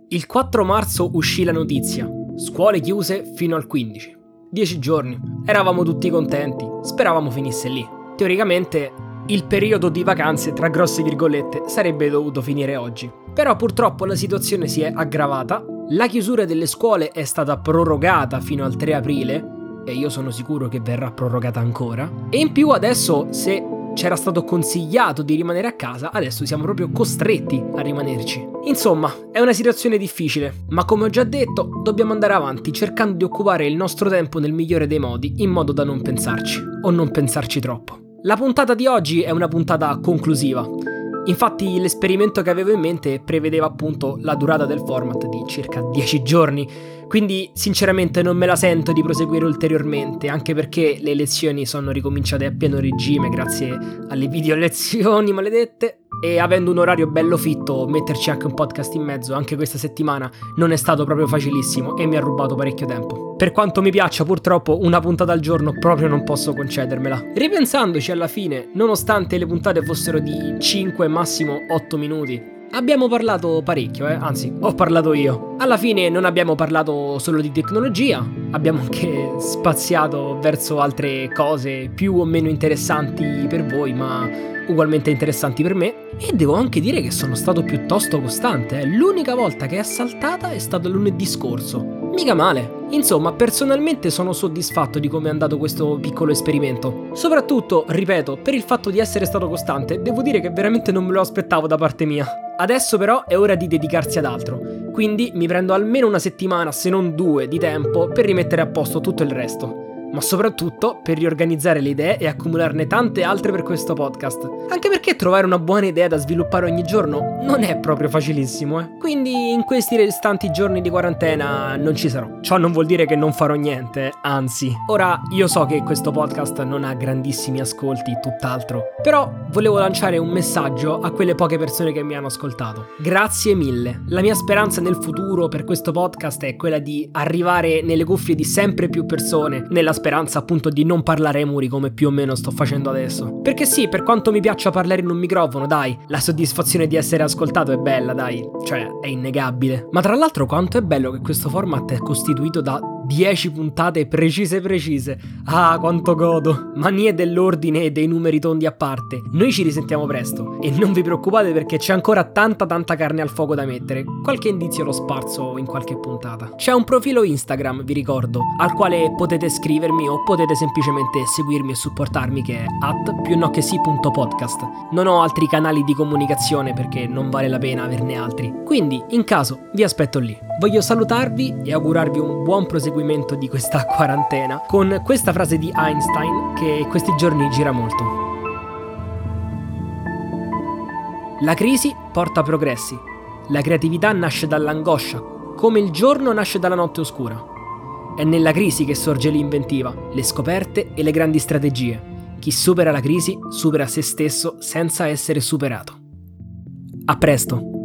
Il 4 marzo uscì la notizia. Scuole chiuse fino al 15. 10 giorni. Eravamo tutti contenti. Speravamo finisse lì. Teoricamente, il periodo di vacanze, tra grosse virgolette, sarebbe dovuto finire oggi. Però purtroppo la situazione si è aggravata. La chiusura delle scuole è stata prorogata fino al 3 aprile. E io sono sicuro che verrà prorogata ancora. E in più adesso, se c'era stato consigliato di rimanere a casa, adesso siamo proprio costretti a rimanerci. Insomma, è una situazione difficile, ma come ho già detto, dobbiamo andare avanti cercando di occupare il nostro tempo nel migliore dei modi, in modo da non pensarci, o non pensarci troppo. La puntata di oggi è una puntata conclusiva. Infatti l'esperimento che avevo in mente prevedeva appunto la durata del format di circa 10 giorni, quindi sinceramente non me la sento di proseguire ulteriormente, anche perché le lezioni sono ricominciate a pieno regime grazie alle video lezioni maledette, e avendo un orario bello fitto, metterci anche un podcast in mezzo anche questa settimana non è stato proprio facilissimo e mi ha rubato parecchio tempo. Per quanto mi piaccia, purtroppo una puntata al giorno proprio non posso concedermela. Ripensandoci alla fine, nonostante le puntate fossero di 5 massimo 8 minuti, abbiamo parlato parecchio, anzi, ho parlato io. Alla fine non abbiamo parlato solo di tecnologia, abbiamo anche spaziato verso altre cose più o meno interessanti per voi, ma ugualmente interessanti per me. E devo anche dire che sono stato piuttosto costante, L'unica volta che è saltata è stato lunedì scorso. Mica male. Insomma, personalmente sono soddisfatto di come è andato questo piccolo esperimento. Soprattutto, ripeto, per il fatto di essere stato costante, devo dire che veramente non me lo aspettavo da parte mia. Adesso però è ora di dedicarsi ad altro, quindi mi prendo almeno una settimana, se non 2, di tempo per rimettere a posto tutto il resto. Ma soprattutto per riorganizzare le idee e accumularne tante altre per questo podcast. Anche perché trovare una buona idea da sviluppare ogni giorno non è proprio facilissimo, Quindi in questi restanti giorni di quarantena non ci sarò. Ciò non vuol dire che non farò niente, anzi. Ora, io so che questo podcast non ha grandissimi ascolti, tutt'altro. Però volevo lanciare un messaggio a quelle poche persone che mi hanno ascoltato. Grazie mille. La mia speranza nel futuro per questo podcast è quella di arrivare nelle cuffie di sempre più persone, nella speranza appunto di non parlare ai muri come più o meno sto facendo adesso. Perché sì, per quanto mi piaccia parlare in un microfono, dai, la soddisfazione di essere ascoltato è bella, dai, cioè è innegabile. Ma tra l'altro quanto è bello che questo format è costituito da 10 puntate precise. Ah, quanto godo. Manie dell'ordine e dei numeri tondi a parte. Noi ci risentiamo presto e non vi preoccupate perché c'è ancora tanta carne al fuoco da mettere. Qualche indizio l'ho sparso in qualche puntata. C'è un profilo Instagram, vi ricordo, al quale potete scrivermi o potete semplicemente seguirmi e supportarmi, che è @piunocchesi.podcast. Non ho altri canali di comunicazione perché non vale la pena averne altri. Quindi, in caso, vi aspetto lì. Voglio salutarvi e augurarvi un buon proseguimento di questa quarantena con questa frase di Einstein che questi giorni gira molto. La crisi porta progressi. La creatività nasce dall'angoscia, come il giorno nasce dalla notte oscura. È nella crisi che sorge l'inventiva, le scoperte e le grandi strategie. Chi supera la crisi supera se stesso senza essere superato. A presto!